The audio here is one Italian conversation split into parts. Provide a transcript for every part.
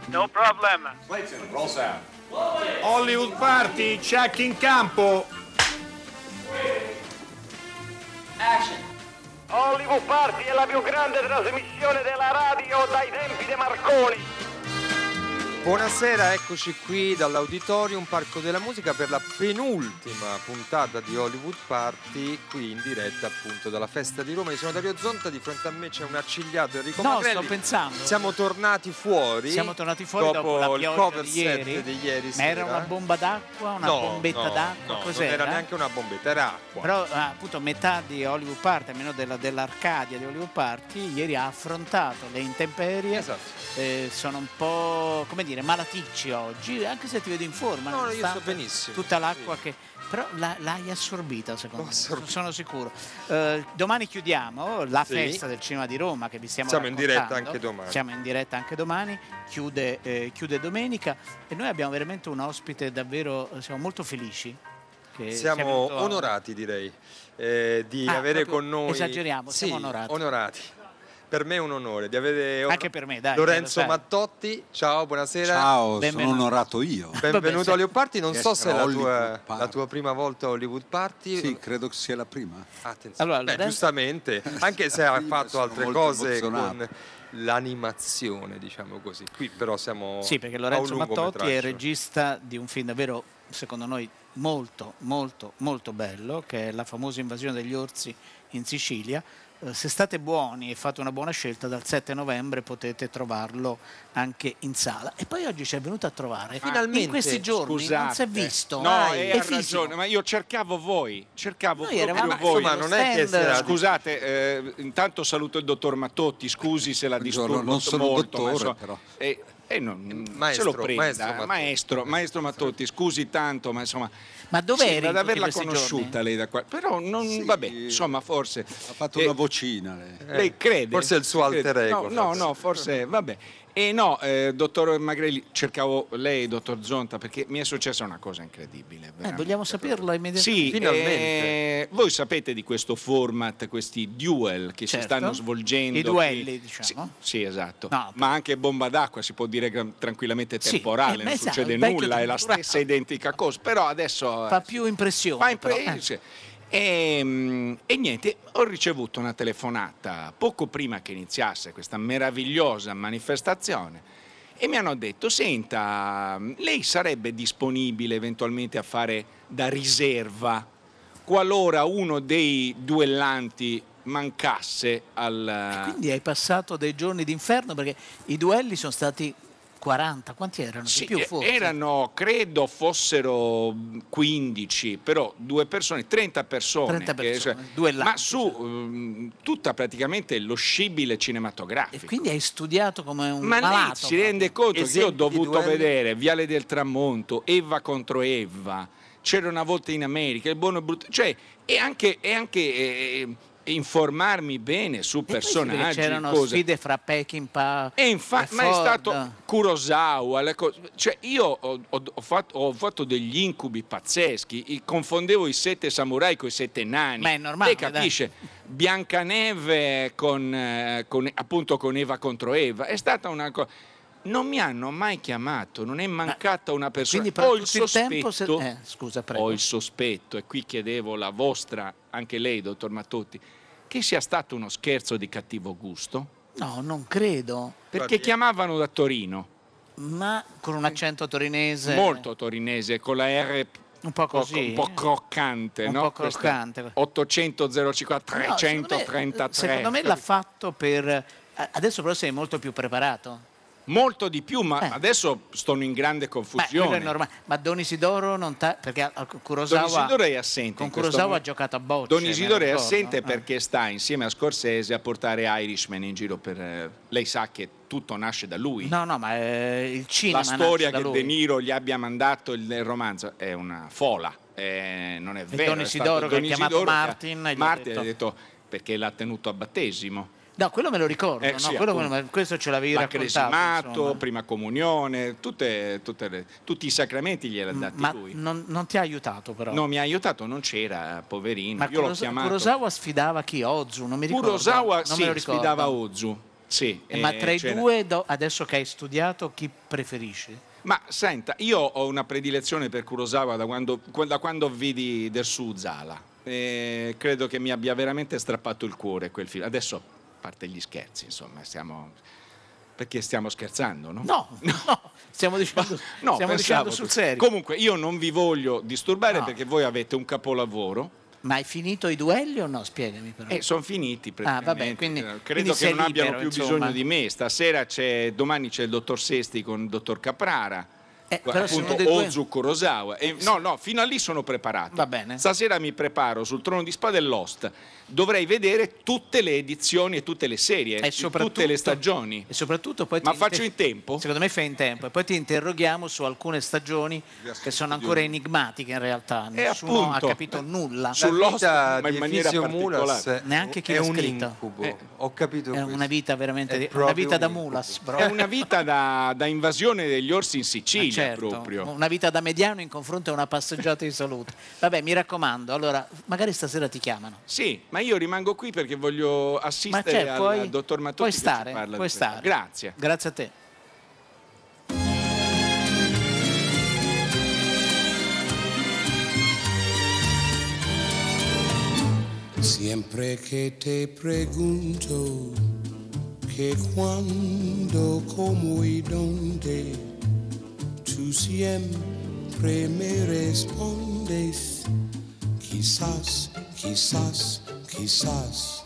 No problem. Clayton, roll sound. Hollywood Party, check in campo. Action. Hollywood Party è la più grande trasmissione della radio dai tempi di Marconi. Buonasera, eccoci qui dall'Auditorium Parco della Musica per la penultima puntata di Hollywood Party, qui in diretta appunto dalla Festa di Roma. Io sono Dario Zonta, di fronte a me c'è un accigliato Enrico Magrelli. Sto pensando. Siamo tornati fuori dopo la il pioggia cover di set ieri. di ieri Ma sera. era una bomba d'acqua, una bombetta d'acqua? No, Cos'era? non era neanche una bombetta, era acqua. Però appunto metà di Hollywood Party, almeno dell'Arcadia di Hollywood Party, ieri ha affrontato le intemperie. Esatto. Sono un po', come dire, malaticci oggi, anche se ti vedo in forma. No, io sto benissimo. Tutta l'acqua sì. che... Però l'hai assorbita, secondo me, sono sicuro. Domani chiudiamo la festa del cinema di Roma che vi stiamo raccontando. in diretta anche domani. Siamo in diretta anche domani, chiude domenica e noi abbiamo veramente un ospite davvero, siamo molto felici. Siamo onorati, direi, di avere con noi... Esageriamo, siamo onorati. Per me è un onore di avere anche per me, dai, Lorenzo Mattotti. Ciao, buonasera. Ciao, sono onorato io. Benvenuto a Hollywood Party. Non so se è la la tua prima volta a Hollywood Party. Sì, credo che sia la prima. Attenzione. Allora, giustamente, anche se ha fatto altre cose emozionato. con l'animazione, diciamo così. Qui però siamo Sì, perché Lorenzo Mattotti è il regista di un film davvero, secondo noi, molto, molto, molto bello, che è La famosa invasione degli orsi in Sicilia. Se state buoni e fate una buona scelta, dal 7 novembre potete trovarlo anche in sala. E poi oggi ci è venuto a trovare finalmente in questi giorni. Scusate. Non si è visto. No, è ha fisico. ragione, ma io cercavo voi, Noi eravamo voi. Ma non è che sia... Scusate, intanto saluto il dottor Mattotti, scusi se la disturbo non sono molto, dottore, ma però. Maestro, se lo prenda, maestro Mattotti, scusi tanto, ma insomma, ma dov'eri? ad averla conosciuta lei da qua, però non vabbè, insomma, forse ha fatto una vocina lei. Lei crede? Forse è il suo alter ego. No, forse vabbè. E no, dottor Magrelli, cercavo lei, dottor Zonta, perché mi è successa una cosa incredibile. Vogliamo saperlo immediatamente? Sì, finalmente. Voi sapete di questo format, questi duel che si stanno svolgendo? I duelli, diciamo. Sì, esatto. No, ma anche bomba d'acqua si può dire tranquillamente temporale, non succede nulla, è la stessa identica cosa. Però adesso fa più impressione. E niente, ho ricevuto una telefonata poco prima che iniziasse questa meravigliosa manifestazione e mi hanno detto: senta, lei sarebbe disponibile eventualmente a fare da riserva qualora uno dei duellanti mancasse al... Quindi hai passato dei giorni d'inferno, perché i duelli sono stati 40, quanti erano? Sì, di più forse? Erano, credo fossero 15, però 30 persone, ma su tutta praticamente lo scibile cinematografico. E quindi hai studiato come un malato. Ma lei si rende conto che io ho dovuto vedere Viale del Tramonto, Eva contro Eva, C'era una volta in America, Il buono e brutto, cioè, e anche informarmi bene su personaggi. C'erano sfide fra Peckinpah e ma è stato Kurosawa, cioè io ho fatto degli incubi pazzeschi, confondevo i 7 samurai con i 7 nani. Ma è normale, lei capisce? Biancaneve con Eva contro Eva è stata una cosa. Non mi hanno mai chiamato, non è mancata una persona. Quindi Ho il sospetto, scusa, prego. Ho il sospetto, e qui chiedevo la vostra, anche lei, dottor Mattotti, che sia stato uno scherzo di cattivo gusto. No, non credo. Perché chiamavano da Torino. Ma con un accento torinese. Molto torinese, con la R un po' così, un po' croccante, un no? po' croccante. 800 05 333. Secondo me l'ha fatto per... Adesso però sei molto più preparato. Molto di più, ma adesso sto in grande confusione. È normale. Ma Don Isidoro non perché Kurosawa, Don Isidoro è assente. Con Kurosawa ha giocato a bocce. Don Isidoro è assente perché sta insieme a Scorsese a portare Irishman in giro per... Lei sa che tutto nasce da lui. No, ma il cinema. La storia che lui. De Niro gli abbia mandato il romanzo è una fola. Non è vero. Don Isidoro che ha chiamato Martin. Martin ha detto perché l'ha tenuto a battesimo. No, quello me lo ricordo, questo ce l'avevi raccontato. Cresimato, prima comunione, tutti i sacramenti gliel'ha dati lui. Non ti ha aiutato però? No, mi ha aiutato, non c'era, poverino. Ma io l'ho chiamato. Kurosawa sfidava chi? Ozu, non mi ricordo. Kurosawa sfidava Ozu. Sì. Ma tra i due, adesso che hai studiato, chi preferisci? Ma senta, io ho una predilezione per Kurosawa da quando vidi Dersu-Uzala. Credo che mi abbia veramente strappato il cuore quel film. Adesso, a parte gli scherzi, insomma, perché stiamo scherzando, no? No, stiamo dicendo, dicendo sul serio. Comunque, io non vi voglio disturbare perché voi avete un capolavoro. Ma hai finito i duelli o no? Spiegami però. Sono finiti praticamente. Vabbè, quindi credo che non abbiano libero, più insomma. bisogno di me. Domani c'è il dottor Sesti con il dottor Caprara. Però Appunto Ozu Kurosawa. No, fino a lì sono preparato. Va bene. Stasera mi preparo sul Trono di Spade e Lost. Dovrei vedere tutte le edizioni e tutte le serie, tutte le stagioni. E soprattutto poi faccio in tempo? Secondo me fai in tempo. E poi ti interroghiamo su alcune stagioni che sono ancora enigmatiche in realtà. Nessuno ha capito nulla. La vita ma in di maniera Efisio Mulas particolare. Neanche chi è l'ha un scritta. incubo. Ho capito È una vita veramente proprio una vita da un incubo. Mulas. È una vita da invasione degli orsi in Sicilia, certo, proprio. una vita da mediano in confronto a una passeggiata di salute. Vabbè, mi raccomando, allora magari stasera ti chiamano. Sì, ma io rimango qui perché voglio assistere al dottor Mattotti. Puoi stare, che ci parla puoi di stare. Grazie. Grazie a te. Siempre que te pregunto que cuándo, cómo y dónde, tú siempre me respondes, quizás, quizás, quizás.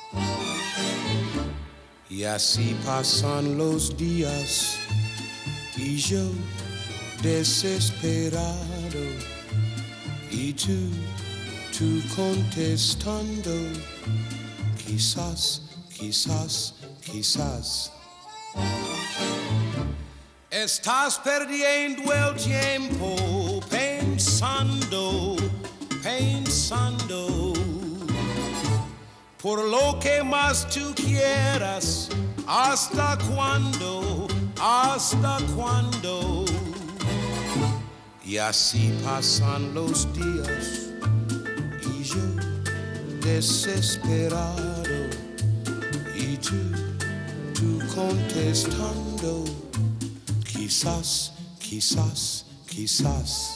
Y así pasan los días y yo desesperado y tú contestando, quizás, quizás, quizás. Estás perdiendo el tiempo pensando, pensando, por lo que más tú quieras, hasta cuándo, hasta cuándo. Y así pasan los días y yo desesperado y tú contestando, quizás, quizás, quizás.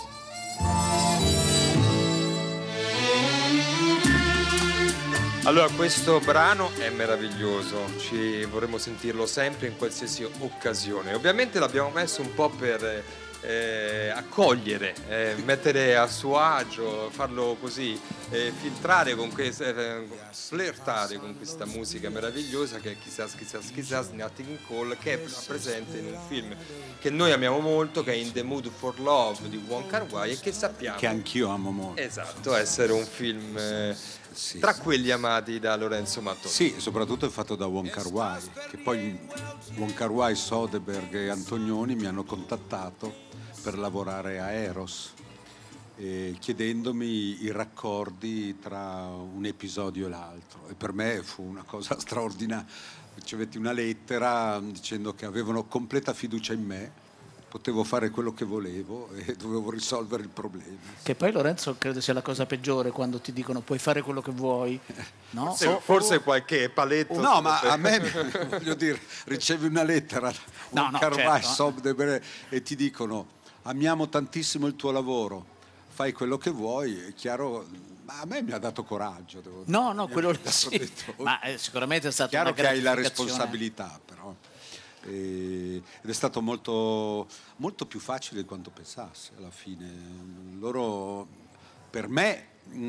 Allora, questo brano è meraviglioso, vorremmo sentirlo sempre in qualsiasi occasione. Ovviamente l'abbiamo messo un po' per accogliere, mettere a suo agio, farlo così, filtrare con flirtare con questa musica meravigliosa che è Chissas, Chissas, Chissas, Nothing Call, che è presente in un film che noi amiamo molto, che è In the Mood for Love di Wong Kar-wai, e che sappiamo che anch'io amo molto. Esatto, essere un film tra quelli amati da Lorenzo Mattotti. Sì, soprattutto è fatto da Wong Kar-wai, che poi Wong Kar-wai, Soderbergh e Antonioni mi hanno contattato per lavorare a Eros, chiedendomi i raccordi tra un episodio e l'altro, e per me fu una cosa straordinaria. Ricevetti una lettera dicendo che avevano completa fiducia in me, potevo fare quello che volevo e dovevo risolvere il problema. Che poi, Lorenzo, credo sia la cosa peggiore quando ti dicono puoi fare quello che vuoi, no? Forse qualche paletto. No, ma a me, voglio dire, ricevi una lettera Kar-wai, certo. Soderbergh, e ti dicono amiamo tantissimo il tuo lavoro, fai quello che vuoi, è chiaro, ma a me mi ha dato coraggio. No, quello sì, ma sicuramente è stata chiaro una che hai la gratificazione. responsabilità, però. Ed è stato molto, molto più facile di quanto pensassi alla fine. Loro, per me,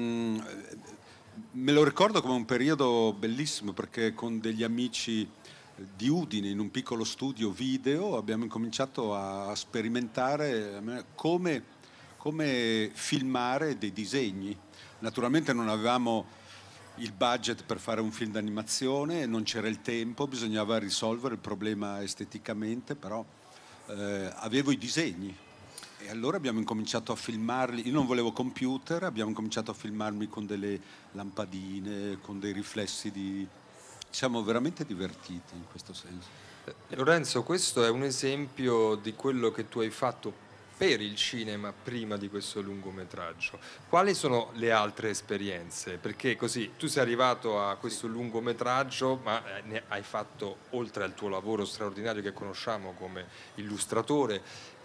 me lo ricordo come un periodo bellissimo, perché con degli amici di Udine, in un piccolo studio video, abbiamo incominciato a sperimentare come filmare dei disegni. Naturalmente non avevamo il budget per fare un film d'animazione, non c'era il tempo, bisognava risolvere il problema esteticamente, però avevo i disegni e allora abbiamo incominciato a filmarli. Io non volevo computer, abbiamo cominciato a filmarmi con delle lampadine, con dei riflessi siamo veramente divertiti in questo senso. Lorenzo, questo è un esempio di quello che tu hai fatto per il cinema prima di questo lungometraggio. Quali sono le altre esperienze? Perché così tu sei arrivato a questo lungometraggio, ma ne hai fatto, oltre al tuo lavoro straordinario che conosciamo come illustratore,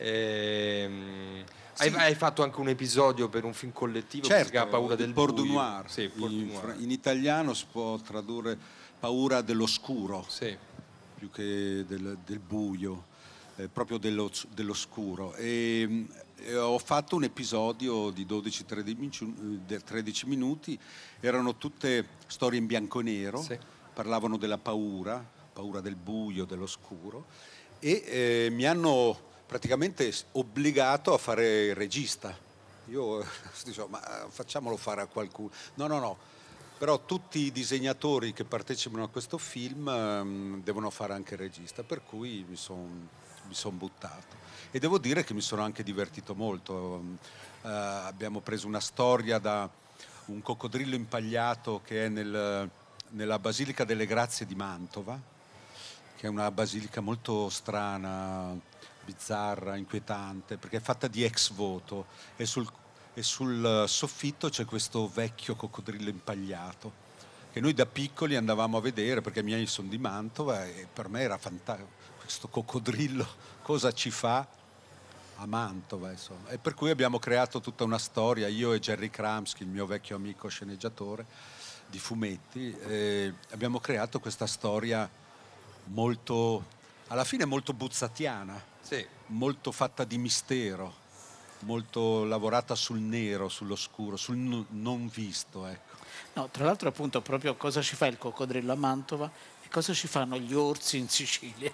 hai fatto anche un episodio per un film collettivo, certo, che si chiama Paura del Port du buio. Noir. Sì, Port du Noir. In italiano si può tradurre paura dell'oscuro, sì, più che del buio, proprio dell'oscuro. E ho fatto un episodio di 12-13 minuti, erano tutte storie in bianco e nero, sì, parlavano della paura del buio, dell'oscuro, e mi hanno praticamente obbligato a fare il regista. Io dicevo, ma facciamolo fare a qualcuno. No. Però tutti i disegnatori che partecipano a questo film devono fare anche il regista, per cui mi son buttato. E devo dire che mi sono anche divertito molto. Abbiamo preso una storia da un coccodrillo impagliato che è nella Basilica delle Grazie di Mantova, che è una basilica molto strana, bizzarra, inquietante, perché è fatta di ex voto, e sul soffitto c'è questo vecchio coccodrillo impagliato che noi da piccoli andavamo a vedere, perché i miei sono di Mantova e per me era fantastico. Questo coccodrillo cosa ci fa a Mantova, insomma. E per cui abbiamo creato tutta una storia, io e Jerry Kramsky, il mio vecchio amico sceneggiatore di fumetti, abbiamo creato questa storia molto, alla fine molto buzzatiana, sì, molto fatta di mistero, molto lavorata sul nero, sull'oscuro, sul non visto, ecco. No, tra l'altro appunto proprio cosa ci fa il coccodrillo a Mantova e cosa ci fanno gli orsi in Sicilia?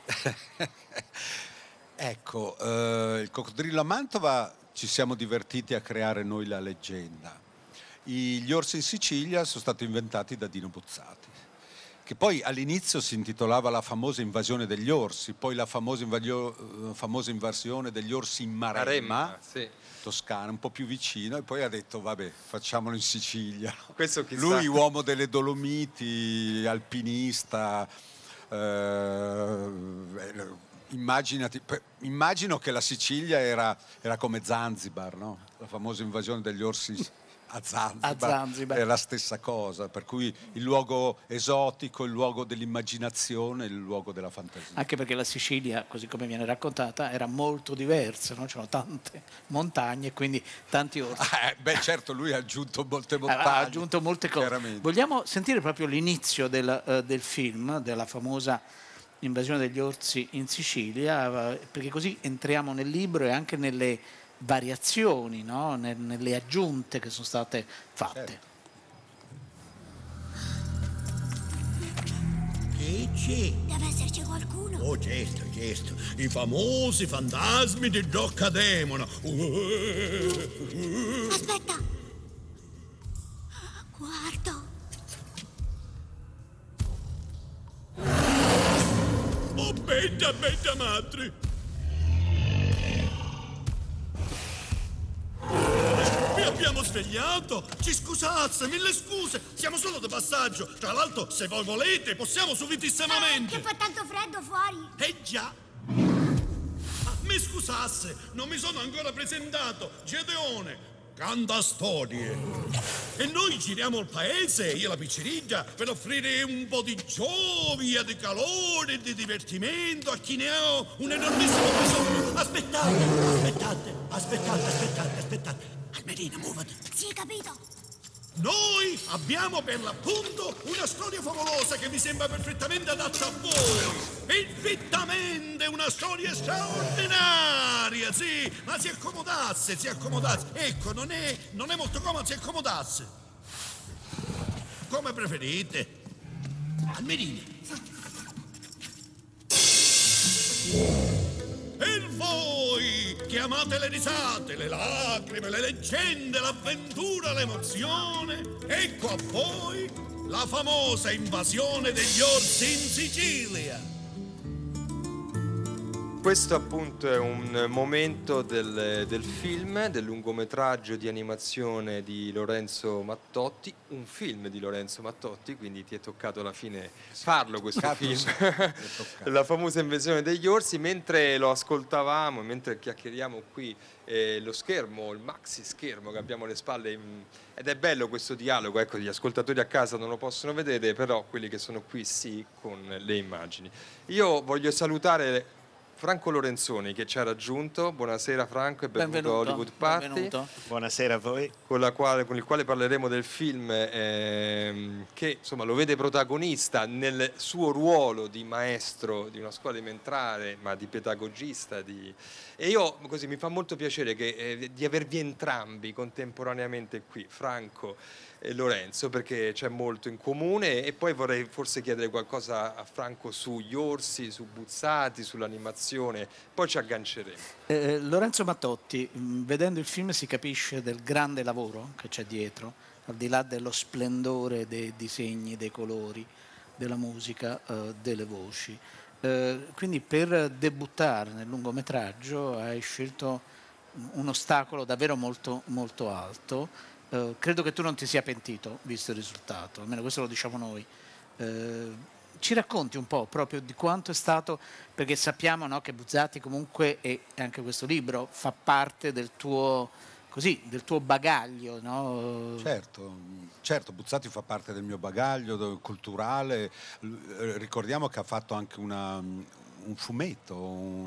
Ecco, il coccodrillo a Mantova ci siamo divertiti a creare noi la leggenda. Gli orsi in Sicilia sono stati inventati da Dino Buzzati, che poi all'inizio si intitolava La famosa invasione degli orsi, poi la famosa invasione degli orsi in Maremma, sì, Toscana, un po' più vicino, e poi ha detto vabbè, facciamolo in Sicilia. Questo chissà. Lui, uomo delle Dolomiti, alpinista, immagino che la Sicilia era come Zanzibar, no? La famosa invasione degli orsi a Zanzibar è la stessa cosa, per cui il luogo esotico, il luogo dell'immaginazione, il luogo della fantasia. Anche perché la Sicilia, così come viene raccontata, era molto diversa, no? C'erano tante montagne e quindi tanti orsi. Beh, certo, lui ha aggiunto molte montagne. Ha aggiunto molte cose. Vogliamo sentire proprio l'inizio del film, della famosa invasione degli orsi in Sicilia, perché così entriamo nel libro e anche nelle variazioni, no? Nelle aggiunte che sono state fatte. Certo. Che c'è? Deve esserci qualcuno. Oh, gesto, i famosi fantasmi di Roccademona. Aspetta. Guarda. Oh, bella madre. Vi abbiamo svegliato? Ci scusate, mille scuse. Siamo solo di passaggio. Tra l'altro, se voi volete, possiamo subitissimamente. Che fa tanto freddo fuori. Già. Mi scusasse, non mi sono ancora presentato. Gedeone, canta storie. E noi giriamo il paese, io e la picceriglia, per offrire un po' di gioia, di calore, di divertimento a chi ne ha un enormissimo bisogno. Aspettate. Almerina, muoviti. Sì, capito. Noi abbiamo per l'appunto una storia favolosa che mi sembra perfettamente adatta a voi. Perfettamente una storia straordinaria, sì. Ma si accomodasse. Ecco, non è molto comodo, si accomodasse. Come preferite. Almerina. Per voi che amate le risate, le lacrime, le leggende, l'avventura, l'emozione, ecco a voi la famosa invasione degli orsi in Sicilia. Questo appunto è un momento del film, del lungometraggio di animazione di Lorenzo Mattotti, un film di Lorenzo Mattotti, quindi ti è toccato alla fine farlo questo film, la famosa Invasione degli orsi. Mentre lo ascoltavamo, mentre chiacchieriamo qui, lo schermo, il maxi schermo che abbiamo alle spalle, ed è bello questo dialogo, ecco, gli ascoltatori a casa non lo possono vedere, però quelli che sono qui sì, con le immagini. Io voglio salutare Franco Lorenzoni che ci ha raggiunto. Buonasera Franco e benvenuto a Hollywood Party. Benvenuto. Buonasera a voi. Con il quale parleremo del film che insomma lo vede protagonista nel suo ruolo di maestro di una scuola elementare, ma di pedagogista. E io così mi fa molto piacere di avervi entrambi contemporaneamente qui, Franco e Lorenzo, perché c'è molto in comune. E poi vorrei forse chiedere qualcosa a Franco sugli orsi, su Buzzati, sull'animazione, poi ci agganceremo. Lorenzo Mattotti, vedendo il film si capisce del grande lavoro che c'è dietro, al di là dello splendore dei disegni, dei colori, della musica, delle voci. Quindi per debuttare nel lungometraggio hai scelto un ostacolo davvero molto, molto alto. Credo che tu non ti sia pentito, visto il risultato, almeno questo lo diciamo noi. Ci racconti un po' proprio di quanto è stato, perché sappiamo, no, che Buzzati comunque, e anche questo libro, fa parte del tuo bagaglio, no? Certo, Buzzati fa parte del mio bagaglio culturale. Ricordiamo che ha fatto anche un fumetto,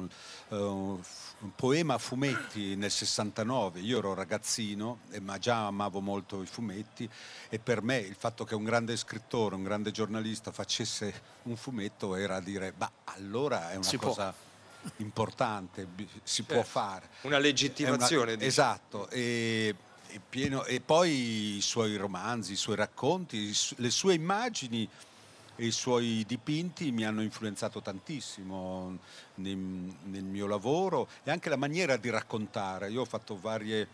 un poema a fumetti nel 69. Io ero ragazzino, ma già amavo molto i fumetti, e per me il fatto che un grande scrittore, un grande giornalista facesse un fumetto era dire, allora è una cosa importante, si può fare. Una legittimazione. Esatto, e poi i suoi romanzi, i suoi racconti, le sue immagini e i suoi dipinti mi hanno influenzato tantissimo nel mio lavoro, e anche la maniera di raccontare. Io ho fatto varie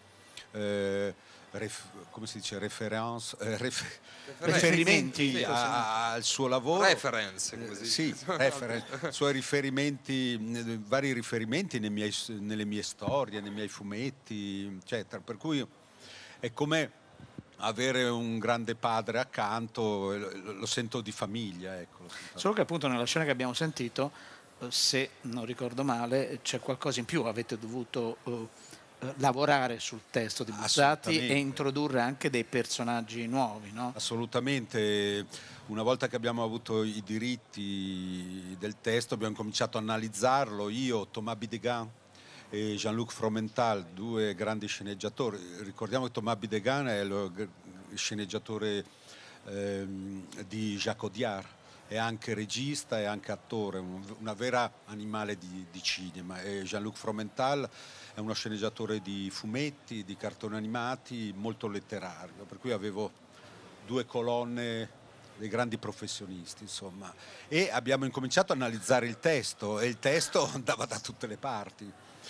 riferimenti al suo lavoro. Reference, così. Sì, suoi riferimenti, vari riferimenti nelle mie storie, nei miei fumetti, eccetera. Per cui è come avere un grande padre accanto, lo sento di famiglia, ecco. Solo che appunto nella scena che abbiamo sentito, se non ricordo male, c'è qualcosa in più, avete dovuto lavorare sul testo di Buzzati e introdurre anche dei personaggi nuovi, no? Assolutamente. Una volta che abbiamo avuto i diritti del testo abbiamo cominciato a analizzarlo, io, Thomas Bidegain e Jean-Luc Fromental, due grandi sceneggiatori. Ricordiamo che Thomas Bidegain è il sceneggiatore di Jacques Audiard, è anche regista e anche attore, una vera animale di cinema. E Jean-Luc Fromental è uno sceneggiatore di fumetti, di cartoni animati, molto letterario, per cui avevo due colonne dei grandi professionisti, insomma. E abbiamo incominciato a analizzare il testo, e il testo andava da tutte le parti.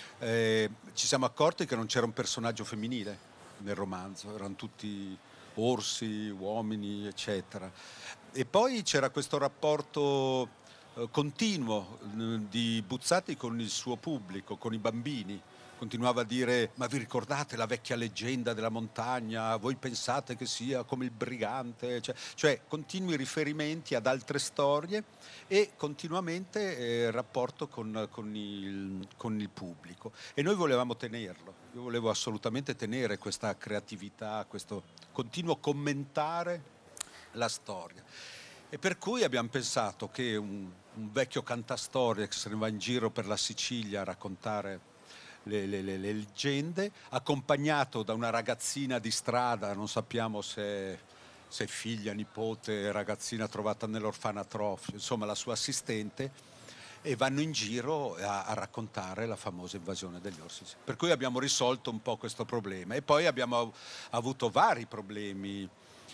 Ci siamo accorti che non c'era un personaggio femminile nel romanzo, erano tutti orsi, uomini, eccetera. E poi c'era questo rapporto continuo di Buzzati con il suo pubblico, con i bambini. Continuava a dire: ma vi ricordate la vecchia leggenda della montagna? Voi pensate che sia come il brigante? Cioè continui riferimenti ad altre storie e continuamente il rapporto con il pubblico. E noi volevamo tenerlo. Io volevo assolutamente tenere questa creatività, questo continuo commentare la storia. E per cui abbiamo pensato che un vecchio cantastorie che se ne va in giro per la Sicilia a raccontare le leggende, accompagnato da una ragazzina di strada, non sappiamo se è figlia, nipote, ragazzina trovata nell'orfanatrofio, insomma la sua assistente, e vanno in giro a raccontare la famosa invasione degli orsi. Per cui abbiamo risolto un po' questo problema, e poi abbiamo avuto vari problemi,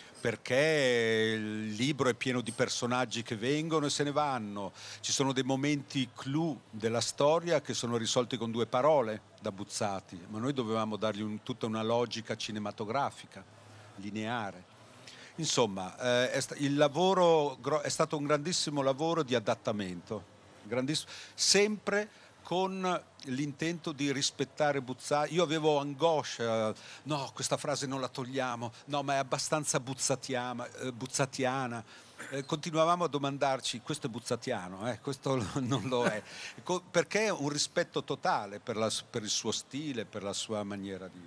perché il libro è pieno di personaggi che vengono e se ne vanno. Ci sono dei momenti clou della storia che sono risolti con due parole da Buzzati, ma noi dovevamo dargli tutta una logica cinematografica, lineare. Insomma, il lavoro è stato un grandissimo lavoro di adattamento, sempre con l'intento di rispettare Buzzati. Io avevo angoscia, no, questa frase non la togliamo, no, ma è abbastanza buzzatiana. Continuavamo a domandarci, questo è buzzatiano, questo non lo è, perché è un rispetto totale per il suo stile, per la sua maniera di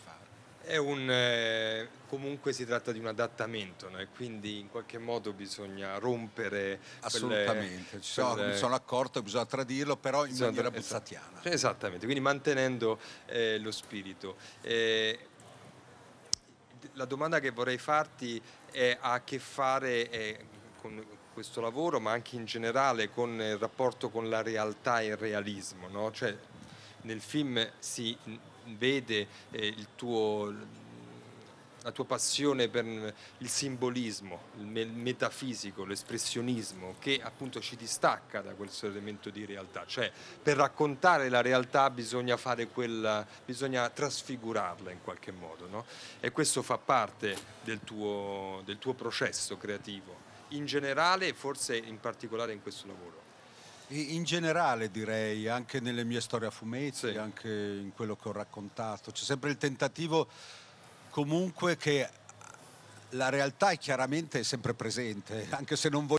fare. Comunque si tratta di un adattamento, no? E quindi in qualche modo bisogna rompere. Assolutamente, mi sono accorto che bisogna tradirlo, però in maniera buzzatiana. Esattamente, quindi mantenendo lo spirito. La domanda che vorrei farti ha a che fare con questo lavoro, ma anche in generale con il rapporto con la realtà e il realismo, no? Cioè, nel film si vede la tua passione per il simbolismo, il metafisico, l'espressionismo, che appunto ci distacca da questo elemento di realtà. Cioè, per raccontare la realtà bisogna bisogna trasfigurarla in qualche modo, no? E questo fa parte del tuo processo creativo, in generale e forse in particolare in questo lavoro. In generale direi, anche nelle mie storie a fumetti, sì, anche in quello che ho raccontato, c'è sempre il tentativo comunque che la realtà è chiaramente sempre presente, anche se non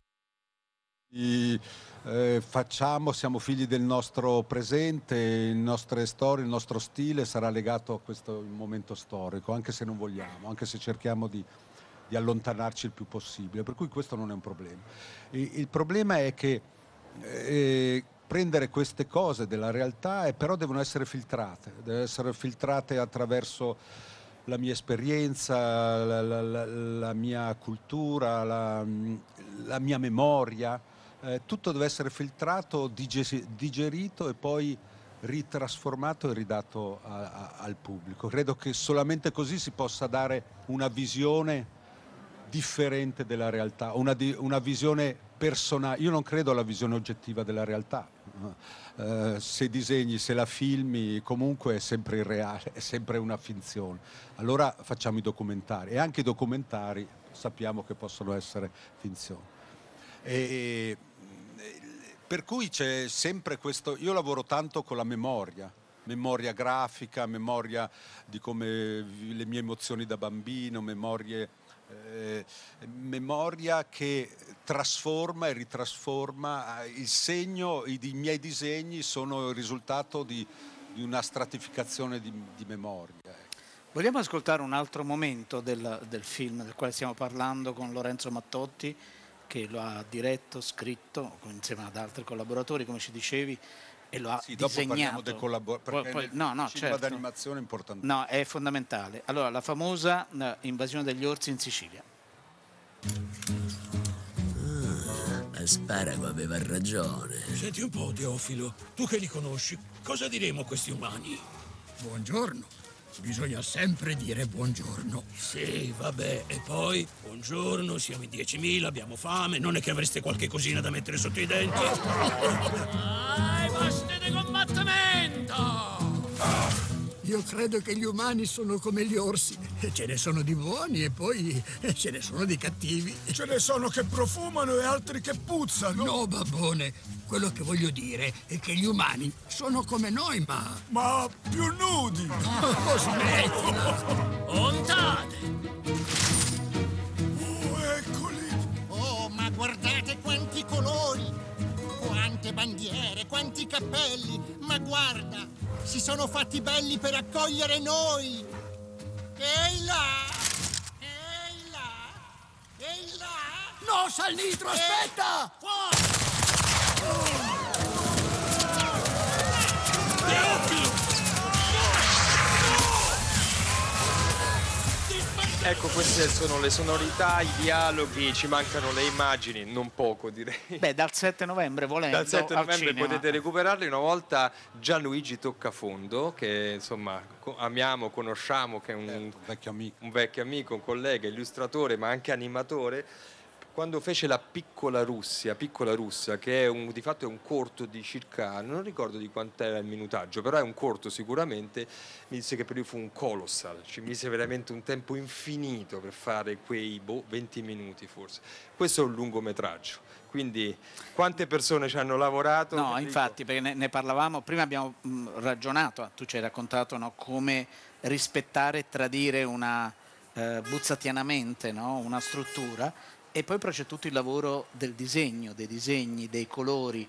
siamo figli del nostro presente, le nostre storie, il nostro stile sarà legato a questo momento storico, anche se non vogliamo, anche se cerchiamo di allontanarci il più possibile, per cui questo non è un problema. Il problema è che prendere queste cose della realtà però devono essere filtrate attraverso la mia esperienza, la mia cultura, la mia memoria, tutto deve essere filtrato, digerito e poi ritrasformato e ridato al pubblico. Credo che solamente così si possa dare una visione differente della realtà, una visione personale. Io non credo alla visione oggettiva della realtà. Se disegni, se la filmi, comunque è sempre irreale, è sempre una finzione. Allora facciamo i documentari, e anche i documentari sappiamo che possono essere finzioni. Per cui c'è sempre questo. Io lavoro tanto con la memoria grafica, memoria di come le mie emozioni da bambino, memoria che trasforma e ritrasforma. I miei disegni sono il risultato di una stratificazione di memoria. Vogliamo ascoltare un altro momento del film del quale stiamo parlando con Lorenzo Mattotti, che lo ha diretto, scritto insieme ad altri collaboratori, come ci dicevi, e lo ha disegnato. Dopo parliamo del collaboratore, perché cinema certo, d'animazione è importante. No, è fondamentale. Allora, la famosa invasione degli orsi in Sicilia. Asparago aveva ragione. Senti un po', Teofilo, tu che li conosci, cosa diremo a questi umani? Buongiorno. Bisogna sempre dire buongiorno. Sì, vabbè, e poi? Buongiorno, siamo in 10.000, abbiamo fame, non è che avreste qualche cosina da mettere sotto i denti? Ai posti di combattimento! Io credo che gli umani sono come gli orsi. Ce ne sono di buoni e poi ce ne sono di cattivi. Ce ne sono che profumano e altri che puzzano. No, babbone. Quello che voglio dire è che gli umani sono come noi, ma più nudi. Oh, smettila. Ontate. Eccoli. Oh, ma guardate quanti colori. Quante bandiere, quanti cappelli. Ma guarda, si sono fatti belli per accogliere noi. Ehi là! Ehi là! Ehi là! No, Salnitro, aspetta! Ecco, queste sono le sonorità, i dialoghi, ci mancano le immagini, non poco direi. Beh, dal 7 novembre volendo dal 7 novembre cinema potete recuperarli. Una volta Gianluigi Toccafondo, che insomma amiamo, conosciamo, che è un vecchio amico, un collega, illustratore ma anche animatore, quando fece La piccola Russia, che è di fatto è un corto di circa, non ricordo di quant'era il minutaggio, però è un corto sicuramente, mi disse che per lui fu un colossal, ci mise veramente un tempo infinito per fare quei 20 minuti forse. Questo è un lungometraggio, quindi quante persone ci hanno lavorato? No, infatti, perché ne parlavamo, prima abbiamo ragionato, tu ci hai raccontato, no, come rispettare e tradire una buzzatianamente, no, una struttura. E poi c'è tutto il lavoro del disegno, dei disegni, dei colori.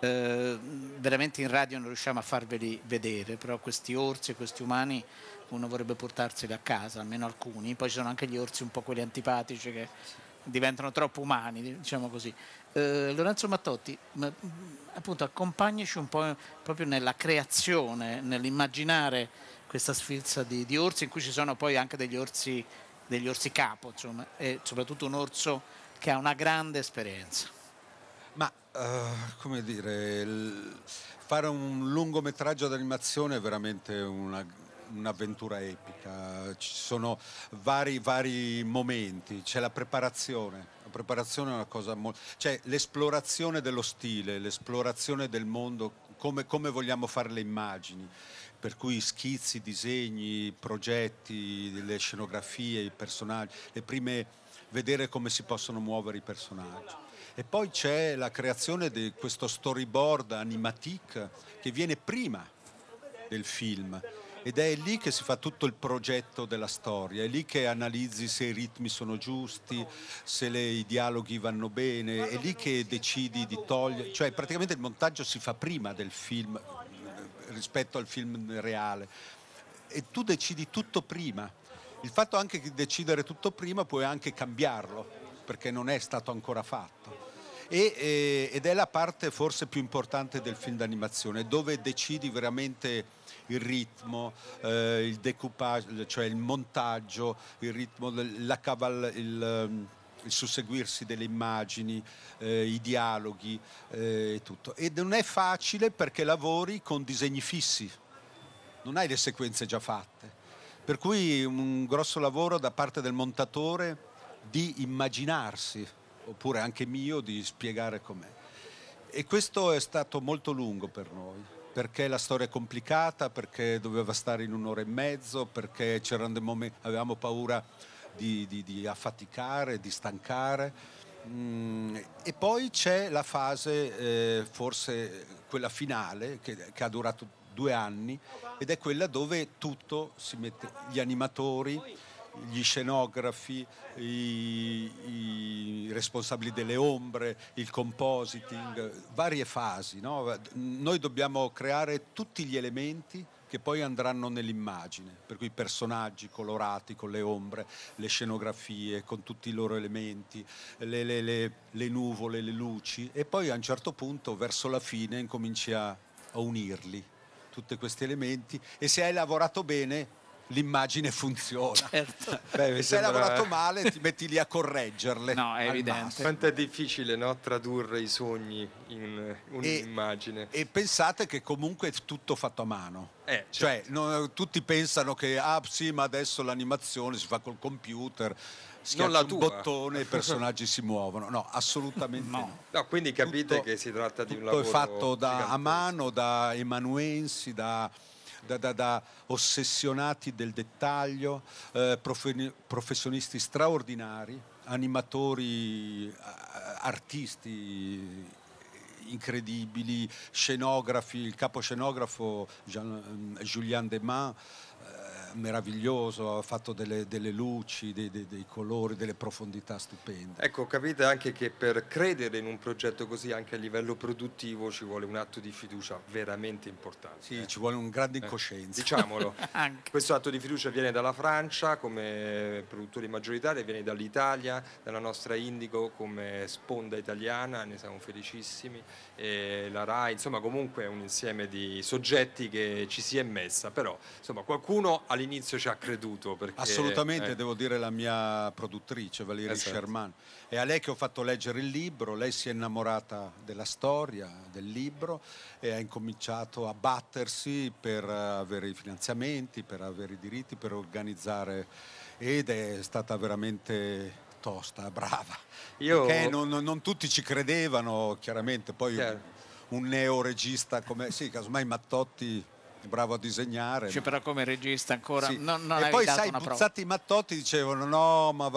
Veramente in radio non riusciamo a farveli vedere, però questi orsi e questi umani uno vorrebbe portarseli a casa, almeno alcuni. Poi ci sono anche gli orsi un po' quelli antipatici che diventano troppo umani, diciamo così. Lorenzo Mattotti, appunto, accompagnaci un po' proprio nella creazione, nell'immaginare questa sfilza di orsi, in cui ci sono poi anche degli orsi capo, insomma, e soprattutto un orso che ha una grande esperienza. Ma, come dire, fare un lungometraggio d'animazione è veramente un'avventura epica. Ci sono vari momenti, c'è la preparazione è una cosa molto... Cioè l'esplorazione dello stile, l'esplorazione del mondo, come vogliamo fare le immagini. Per cui schizzi, disegni, progetti, le scenografie, i personaggi, vedere come si possono muovere i personaggi. E poi c'è la creazione di questo storyboard animatic che viene prima del film ed è lì che si fa tutto il progetto della storia, è lì che analizzi se i ritmi sono giusti, se i dialoghi vanno bene, è lì che decidi di togliere, cioè praticamente il montaggio si fa prima del film rispetto al film reale e tu decidi tutto prima. Il fatto anche di decidere tutto prima puoi anche cambiarlo perché non è stato ancora fatto ed è la parte forse più importante del film d'animazione, dove decidi veramente il ritmo, il decoupage, cioè il montaggio, il ritmo, il susseguirsi delle immagini, i dialoghi e tutto. E non è facile perché lavori con disegni fissi, non hai le sequenze già fatte. Per cui un grosso lavoro da parte del montatore di immaginarsi, oppure anche mio, di spiegare com'è. E questo è stato molto lungo per noi, perché la storia è complicata, perché doveva stare in 1 ora e mezzo, perché c'erano dei momenti, avevamo paura di affaticare, di stancare. E poi c'è la fase, forse quella finale, che ha durato 2 anni, ed è quella dove tutto si mette, gli animatori, gli scenografi, i responsabili delle ombre, il compositing, varie fasi, no? Noi dobbiamo creare tutti gli elementi che poi andranno nell'immagine, per cui i personaggi colorati con le ombre, le scenografie con tutti i loro elementi, le nuvole, le luci, e poi a un certo punto verso la fine incominci a unirli, tutti questi elementi, e se hai lavorato bene l'immagine funziona. Certo. Se hai lavorato male ti metti lì a correggerle. No, è evidente. Quanto è difficile, no? Tradurre i sogni in un'immagine. E pensate che comunque è tutto fatto a mano. Certo. Cioè, tutti pensano che sì, ma adesso l'animazione si fa col computer, schiacci un bottone e i personaggi si muovono. No, assolutamente no. No, quindi capite che si tratta di un lavoro è fatto a mano da amanuensi, da ossessionati del dettaglio, professionisti straordinari, animatori, artisti incredibili, scenografi, il caposcenografo Julien Deman, meraviglioso, ha fatto delle luci, dei colori, delle profondità stupende. Ecco, capite anche che per credere in un progetto così anche a livello produttivo ci vuole un atto di fiducia veramente importante. Sì, ci vuole un grande incoscienza. Diciamolo. Questo atto di fiducia viene dalla Francia come produttori maggioritari, viene dall'Italia, dalla nostra Indigo come sponda italiana, ne siamo felicissimi, e la RAI, insomma comunque è un insieme di soggetti che ci si è messa, però insomma qualcuno all'inizio ci ha creduto. Perché, assolutamente, devo dire la mia produttrice Valérie Sherman. È a lei che ho fatto leggere il libro, lei si è innamorata della storia, del libro, e ha incominciato a battersi per avere i finanziamenti, per avere i diritti, per organizzare, ed è stata veramente tosta, brava. Io- Perché non tutti ci credevano, chiaramente. Poi Chiaro. un neoregista come... Sì, casomai Mattotti è bravo a disegnare. Cioè, però come regista ancora Sì. non E hai poi dato sai, una prova. Buzzati Mattotti dicevano no, ma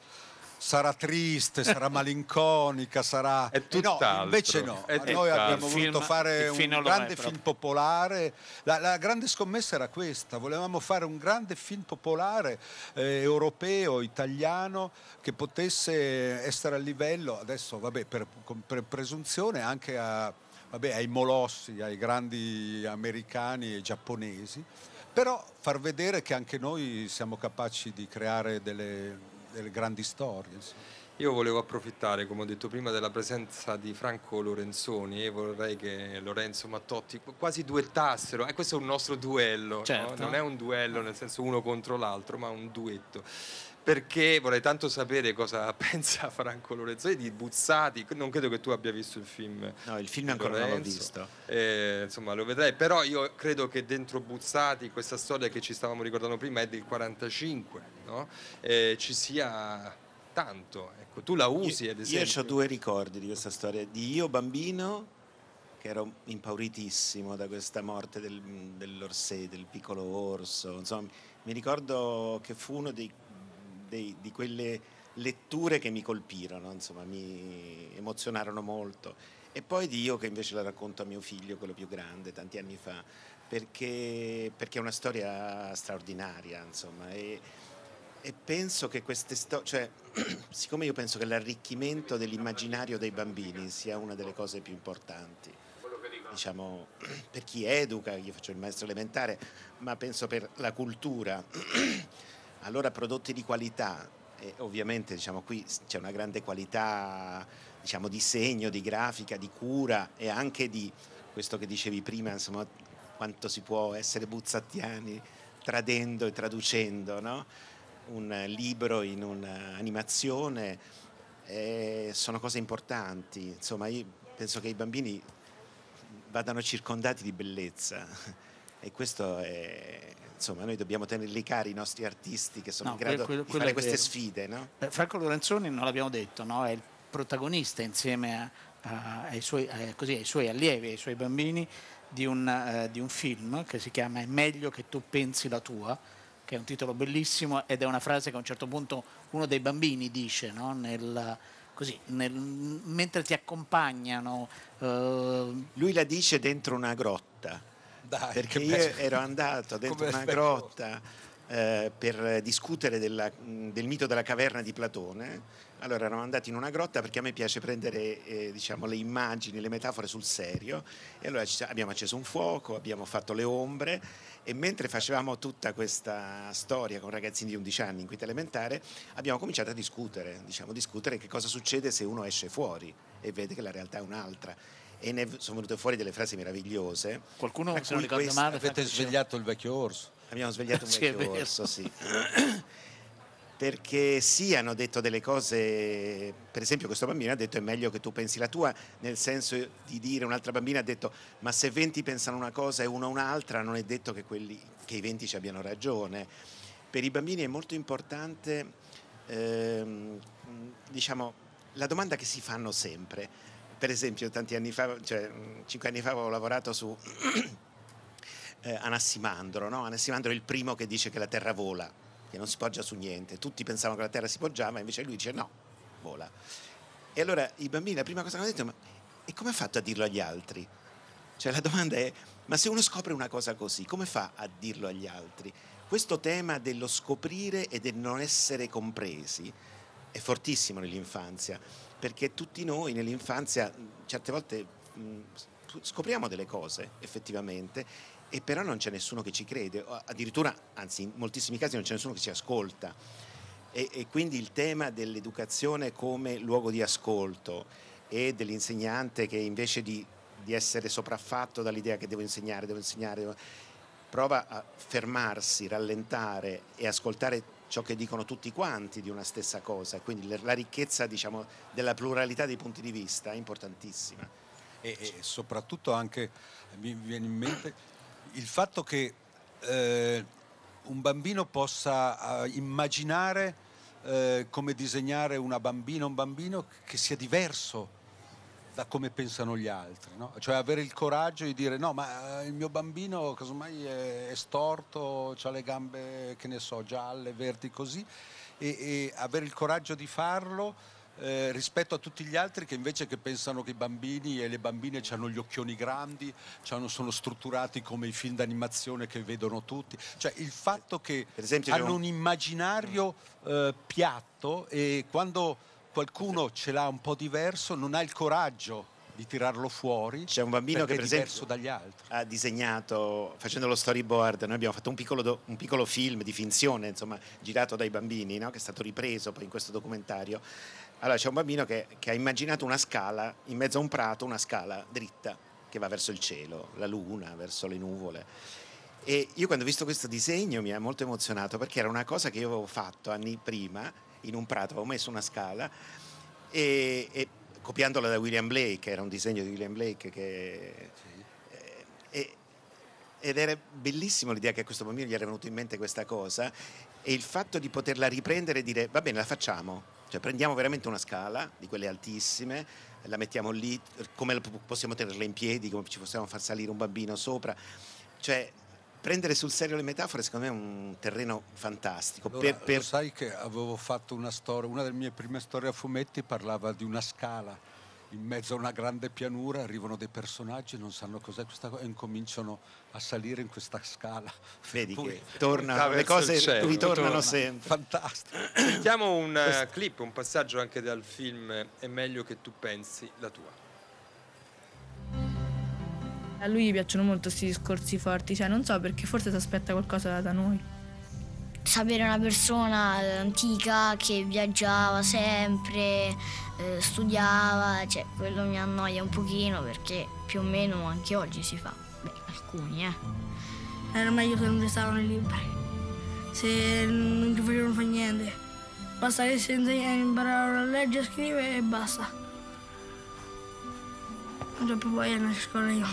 sarà triste, sarà malinconica, sarà... È E no, tutt'altro. invece no. È Noi abbiamo Il voluto film- fare il film un non lo è grande proprio. film popolare. La grande scommessa era questa, volevamo fare un grande film popolare europeo, italiano, che potesse essere a livello, adesso vabbè, per presunzione anche ai molossi, ai grandi americani e giapponesi, però far vedere che anche noi siamo capaci di creare delle grandi storie. Insomma. Io volevo approfittare, come ho detto prima, della presenza di Franco Lorenzoni e vorrei che Lorenzo Mattotti quasi duettassero. Questo è un nostro duello, no? Certo. Non è un duello nel senso uno contro l'altro, ma un duetto. Perché vorrei tanto sapere cosa pensa Franco Lorenzoni di Buzzati. Non credo che tu abbia visto il film. No, il film ancora non l'ho Lorenzo. visto. Insomma, lo vedrai. Però io credo che dentro Buzzati, questa storia che ci stavamo ricordando prima è del 45, no? Ci sia tanto. Ecco, tu la usi, ad esempio. Io ho due ricordi di questa storia. Di io bambino, che ero impauritissimo da questa morte dell'Orsay, del piccolo orso. Insomma, mi ricordo che fu uno di quelle letture che mi colpirono, insomma, mi emozionarono molto. E poi di io che invece la racconto a mio figlio, quello più grande, tanti anni fa, perché è una storia straordinaria, insomma. E penso che queste storie, cioè, siccome io penso che l'arricchimento dell'immaginario dei bambini sia una delle cose più importanti, diciamo, per chi educa, io faccio il maestro elementare, ma penso per la cultura, allora prodotti di qualità, e ovviamente diciamo qui c'è una grande qualità, diciamo, di segno, di grafica, di cura e anche di questo che dicevi prima, insomma, quanto si può essere buzzattiani tradendo e traducendo, no? Un libro in un'animazione, sono cose importanti. Insomma, io penso che i bambini vadano circondati di bellezza e questo è, insomma, noi dobbiamo tenerli cari i nostri artisti che sono in grado di fare queste sfide, no? Franco Lorenzoni, non l'abbiamo detto, no? È il protagonista insieme ai suoi allievi, ai suoi bambini di un film che si chiama È meglio che tu pensi la tua, che è un titolo bellissimo ed è una frase che a un certo punto uno dei bambini dice, no? Mentre ti accompagnano. Lui la dice dentro una grotta. Dai, perché io ero andato dentro una grotta per discutere del mito della caverna di Platone. Allora eravamo andati in una grotta perché a me piace prendere diciamo, le immagini, le metafore sul serio, e allora abbiamo acceso un fuoco, abbiamo fatto le ombre, e mentre facevamo tutta questa storia con ragazzini di 11 anni in quinta elementare abbiamo cominciato a discutere che cosa succede se uno esce fuori e vede che la realtà è un'altra. E ne sono venute fuori delle frasi meravigliose. Qualcuno, se non ricordo male, avete svegliato il vecchio orso. Abbiamo svegliato un Sì, è vecchio vero. orso, sì. Perché sì, hanno detto delle cose, per esempio questo bambino ha detto è meglio che tu pensi la tua, nel senso di dire, un'altra bambina ha detto ma se 20 pensano una cosa e uno un'altra, non è detto che i 20 ci abbiano ragione. Per i bambini è molto importante, diciamo, la domanda che si fanno sempre. Per esempio tanti anni fa, cioè 5 anni fa avevo lavorato su Anassimandro, no? Anassimandro è il primo che dice che la Terra vola, che non si poggia su niente. Tutti pensavano che la Terra si poggiava, invece lui dice no, vola. E allora i bambini la prima cosa che hanno detto, ma e come ha fatto a dirlo agli altri? Cioè la domanda è, ma se uno scopre una cosa così, come fa a dirlo agli altri? Questo tema dello scoprire e del non essere compresi è fortissimo nell'infanzia, perché tutti noi nell'infanzia certe volte scopriamo delle cose effettivamente, e però non c'è nessuno che ci crede, addirittura, anzi in moltissimi casi non c'è nessuno che ci ascolta, e quindi il tema dell'educazione come luogo di ascolto e dell'insegnante che invece di essere sopraffatto dall'idea che devo insegnare, prova a fermarsi, rallentare e ascoltare ciò che dicono tutti quanti di una stessa cosa, quindi la ricchezza, diciamo, della pluralità dei punti di vista è importantissima. E soprattutto anche mi viene in mente il fatto che un bambino possa immaginare come disegnare una bambina, un bambino che sia diverso da come pensano gli altri, no? Cioè avere il coraggio di dire no, ma il mio bambino casomai è storto, ha le gambe, che ne so, gialle, verdi, così, e avere il coraggio di farlo rispetto a tutti gli altri che invece che pensano che i bambini e le bambine hanno gli occhioni grandi, sono strutturati come i film d'animazione che vedono tutti. Cioè il fatto che per esempio, hanno un immaginario piatto, e quando qualcuno ce l'ha un po' diverso non ha il coraggio di tirarlo fuori. C'è un bambino che per esempio dagli altri ha disegnato, facendo lo storyboard, noi abbiamo fatto un piccolo film di finzione, insomma, girato dai bambini, no? Che è stato ripreso poi in questo documentario. Allora c'è un bambino che ha immaginato una scala in mezzo a un prato, una scala dritta che va verso il cielo, la luna, verso le nuvole. E io quando ho visto questo disegno mi ha molto emozionato, perché era una cosa che io avevo fatto anni prima in un prato, avevo messo una scala e copiandola da William Blake, era un disegno di William Blake ed era bellissimo l'idea che a questo bambino gli era venuto in mente questa cosa, e il fatto di poterla riprendere e dire va bene, la facciamo, cioè prendiamo veramente una scala di quelle altissime, la mettiamo lì, come possiamo tenerla in piedi, come ci possiamo far salire un bambino sopra, cioè prendere sul serio le metafore secondo me è un terreno fantastico. Allora, lo sai che avevo fatto una storia, una delle mie prime storie a fumetti parlava di una scala in mezzo a una grande pianura, arrivano dei personaggi, non sanno cos'è questa cosa e incominciano a salire in questa scala. Vedi Poi, che le cose ritornano sempre. Fantastico. Sentiamo un clip, un passaggio anche dal film È meglio che tu pensi la tua. A lui gli piacciono molto questi discorsi forti, cioè non so perché, forse si aspetta qualcosa da noi. Sapere una persona antica che viaggiava sempre, studiava, cioè quello mi annoia un pochino, perché più o meno anche oggi si fa. Beh, alcuni, Era meglio se non restavano i libri, se non ti facevano fare niente. Basta che si imparare a leggere e scrivere e basta. Non c'ho più voglia di andare a scuola io.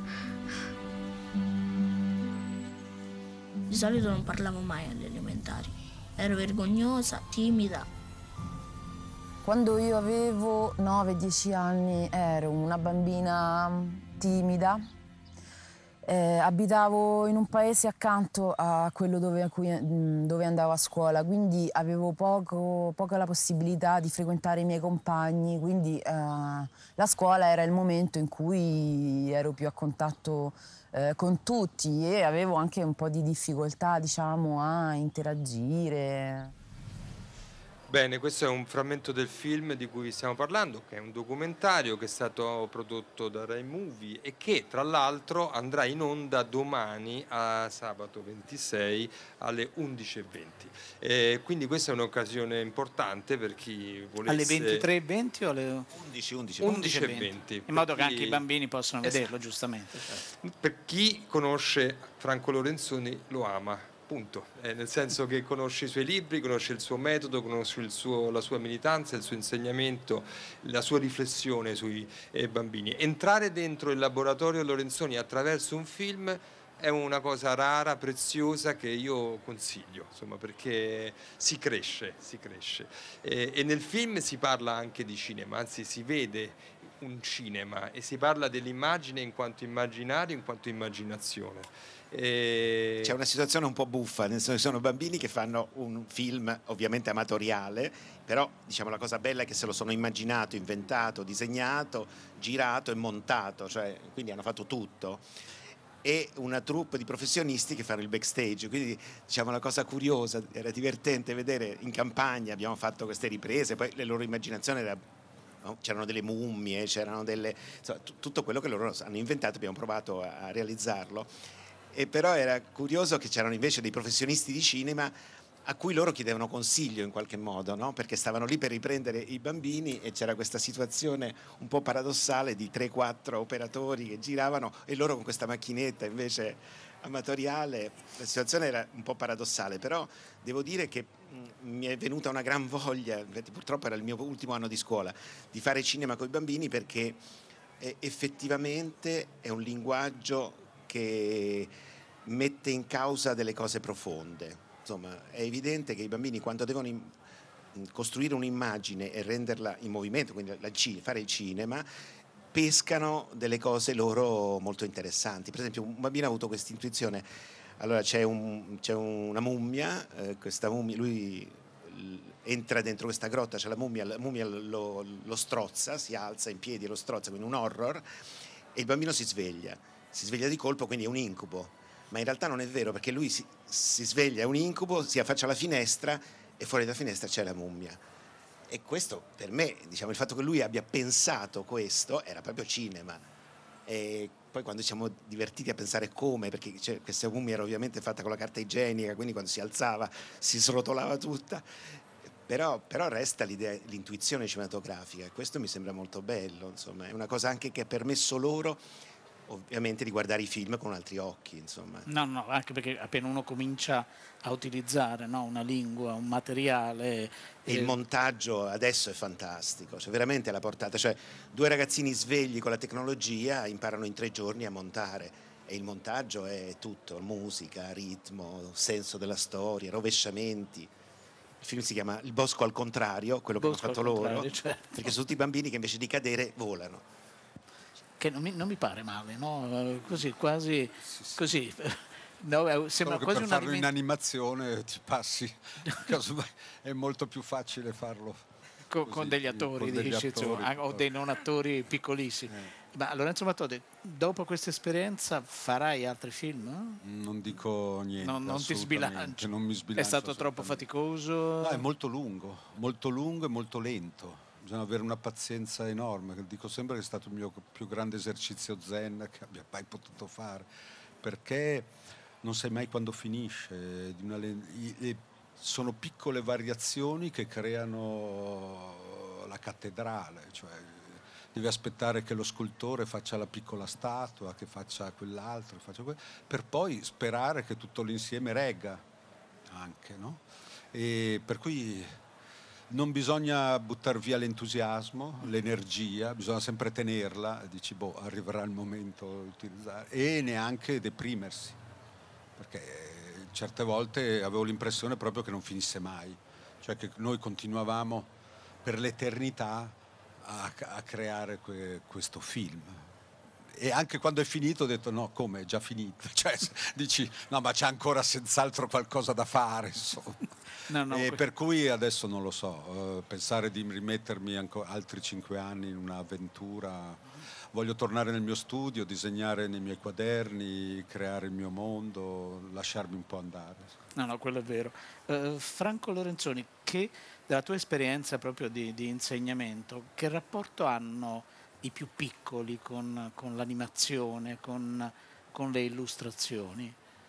Di solito non parlavo mai alle elementari. Ero vergognosa, timida. Quando io avevo 9-10 anni ero una bambina timida. Abitavo in un paese accanto a quello dove andavo a scuola, quindi avevo poco la possibilità di frequentare i miei compagni, quindi la scuola era il momento in cui ero più a contatto con tutti, e avevo anche un po' di difficoltà, diciamo, a interagire. Bene, questo è un frammento del film di cui stiamo parlando, che è un documentario che è stato prodotto da Rai Movie e che tra l'altro andrà in onda domani, a sabato 26 alle 11:20. Quindi questa è un'occasione importante per chi volesse... Alle 23:20 o alle 11:20. In modo che anche i bambini possano vederlo, giustamente. Certo. Per chi conosce Franco Lorenzoni lo ama. Punto. Nel senso che conosce i suoi libri, conosce il suo metodo, conosce la sua militanza, il suo insegnamento, la sua riflessione sui bambini. Entrare dentro il laboratorio Lorenzoni attraverso un film è una cosa rara, preziosa, che io consiglio, insomma, perché si cresce. E nel film si parla anche di cinema, anzi si vede un cinema e si parla dell'immagine in quanto immaginario, in quanto immaginazione. C'è una situazione un po' buffa, nel senso che sono bambini che fanno un film ovviamente amatoriale, però diciamo la cosa bella è che se lo sono immaginato, inventato, disegnato, girato e montato, cioè quindi hanno fatto tutto, e una troupe di professionisti che fanno il backstage, quindi diciamo la cosa curiosa, era divertente vedere in campagna, abbiamo fatto queste riprese, poi le loro immaginazioni era... No? C'erano delle mummie, c'erano insomma, tutto quello che loro hanno inventato, abbiamo provato a realizzarlo. E però era curioso che c'erano invece dei professionisti di cinema a cui loro chiedevano consiglio in qualche modo, no? Perché stavano lì per riprendere i bambini e c'era questa situazione un po' paradossale di 3-4 operatori che giravano e loro con questa macchinetta invece amatoriale. La situazione era un po' paradossale, però devo dire che mi è venuta una gran voglia, purtroppo era il mio ultimo anno di scuola, di fare cinema con i bambini, perché effettivamente è un linguaggio che mette in causa delle cose profonde. Insomma, è evidente che i bambini quando devono costruire un'immagine e renderla in movimento, quindi fare il cinema, pescano delle cose loro molto interessanti. Per esempio un bambino ha avuto questa intuizione, allora c'è una mummia, questa mummia, lui entra dentro questa grotta, c'è la mummia lo strozza, si alza in piedi e lo strozza, quindi un horror, e il bambino si sveglia di colpo, quindi è un incubo, ma in realtà non è vero, perché lui si sveglia, è un incubo, si affaccia alla finestra e fuori dalla finestra c'è la mummia. E questo per me, diciamo, il fatto che lui abbia pensato questo era proprio cinema. E poi quando ci siamo divertiti a pensare come, perché questa mummia era ovviamente fatta con la carta igienica, quindi quando si alzava si srotolava tutta, però resta l'idea, l'intuizione cinematografica, e questo mi sembra molto bello, insomma, è una cosa anche che ha permesso loro ovviamente di guardare i film con altri occhi, insomma. No, anche perché appena uno comincia a utilizzare, no, una lingua, un materiale... E il montaggio adesso è fantastico, cioè veramente alla portata, cioè 2 ragazzini svegli con la tecnologia imparano in 3 giorni a montare, e il montaggio è tutto, musica, ritmo, senso della storia, rovesciamenti. Il film si chiama Il bosco al contrario, quello che hanno fatto loro, certo. Perché sono tutti i bambini che invece di cadere volano. Che non mi pare male, no? Così, quasi così. No, sembra quasi per farlo in animazione ti passi, è molto più facile farlo con degli attori, dici, o dei non attori piccolissimi. Ma Lorenzo Matode, dopo questa esperienza farai altri film? Non dico niente. Non ti sbilanci? Non mi sbilancio. È stato troppo faticoso? No, è molto lungo e molto lento. Bisogna avere una pazienza enorme. Dico sempre che è stato il mio più grande esercizio zen che abbia mai potuto fare, perché non sai mai quando finisce. Sono piccole variazioni che creano la cattedrale, cioè devi aspettare che lo scultore faccia la piccola statua, che faccia quell'altro, per poi sperare che tutto l'insieme regga anche, no? E per cui non bisogna buttare via l'entusiasmo, l'energia, bisogna sempre tenerla, dici arriverà il momento di utilizzare, e neanche deprimersi, perché certe volte avevo l'impressione proprio che non finisse mai, cioè che noi continuavamo per l'eternità a creare questo film. E anche quando è finito ho detto no, come, è già finito, cioè dici no, ma c'è ancora senz'altro qualcosa da fare, insomma. E per cui adesso non lo so, pensare di rimettermi altri 5 anni in un'avventura, voglio tornare nel mio studio, disegnare nei miei quaderni, creare il mio mondo, lasciarmi un po' andare. No, quello è vero. Franco Lorenzoni, che dalla tua esperienza proprio di insegnamento, che rapporto hanno i più piccoli con l'animazione, con le illustrazioni?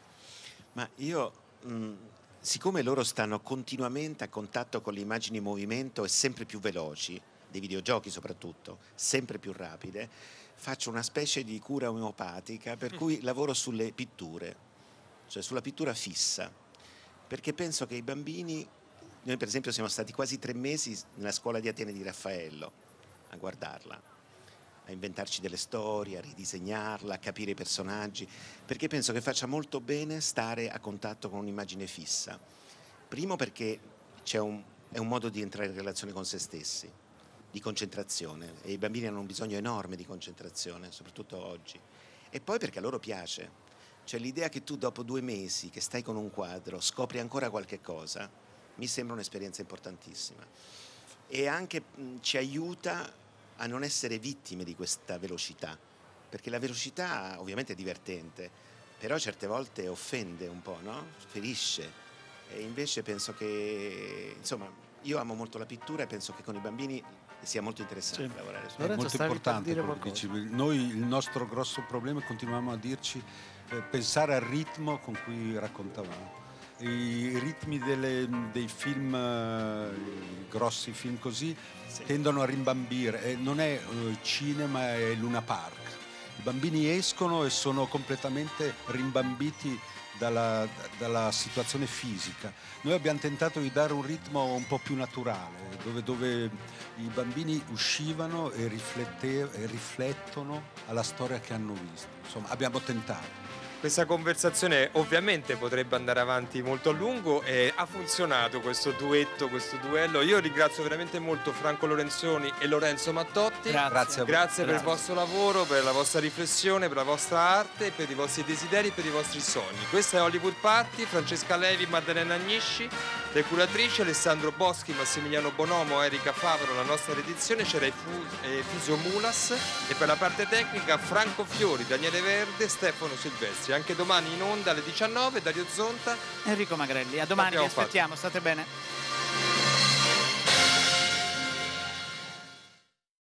Ma io, siccome loro stanno continuamente a contatto con le immagini in movimento e sempre più veloci, dei videogiochi soprattutto, sempre più rapide, faccio una specie di cura omeopatica per cui lavoro sulle pitture, cioè sulla pittura fissa, perché penso che i bambini, noi per esempio siamo stati quasi 3 mesi nella scuola di Atene di Raffaello a guardarla, a inventarci delle storie, a ridisegnarla, a capire i personaggi, perché penso che faccia molto bene stare a contatto con un'immagine fissa. Primo perché è un modo di entrare in relazione con se stessi, di concentrazione, e i bambini hanno un bisogno enorme di concentrazione, soprattutto oggi. E poi perché a loro piace, cioè l'idea che tu dopo 2 mesi che stai con un quadro scopri ancora qualche cosa, mi sembra un'esperienza importantissima. E anche ci aiuta a non essere vittime di questa velocità, perché la velocità ovviamente è divertente, però certe volte offende un po', no? Ferisce. E invece penso che, insomma, io amo molto la pittura e penso che con i bambini sia molto interessante lavorare su. È molto importante quello che dici. Noi il nostro grosso problema, continuiamo a dirci, pensare al ritmo con cui raccontavamo. I ritmi dei film, i grossi film così, tendono a rimbambire, e non è cinema, è Luna Park. I bambini escono e sono completamente rimbambiti dalla situazione fisica. Noi abbiamo tentato di dare un ritmo un po' più naturale, dove i bambini uscivano e riflettono alla storia che hanno visto. Insomma, abbiamo tentato. Questa conversazione ovviamente potrebbe andare avanti molto a lungo e ha funzionato questo duetto, questo duello. Io ringrazio veramente molto Franco Lorenzoni e Lorenzo Mattotti. Grazie per il vostro lavoro, per la vostra riflessione, per la vostra arte, per i vostri desideri, per i vostri sogni. Questa è Hollywood Party, Francesca Levi, Maddalena Agnisci, le curatrici Alessandro Boschi, Massimiliano Bonomo, Erika Favaro. La nostra edizione c'era Fisio Mulas e per la parte tecnica Franco Fiori, Daniele Verde, Stefano Silvestri. Anche domani in onda alle 19, Dario Zonta, Enrico Magrelli. A domani, vi aspettiamo, state bene.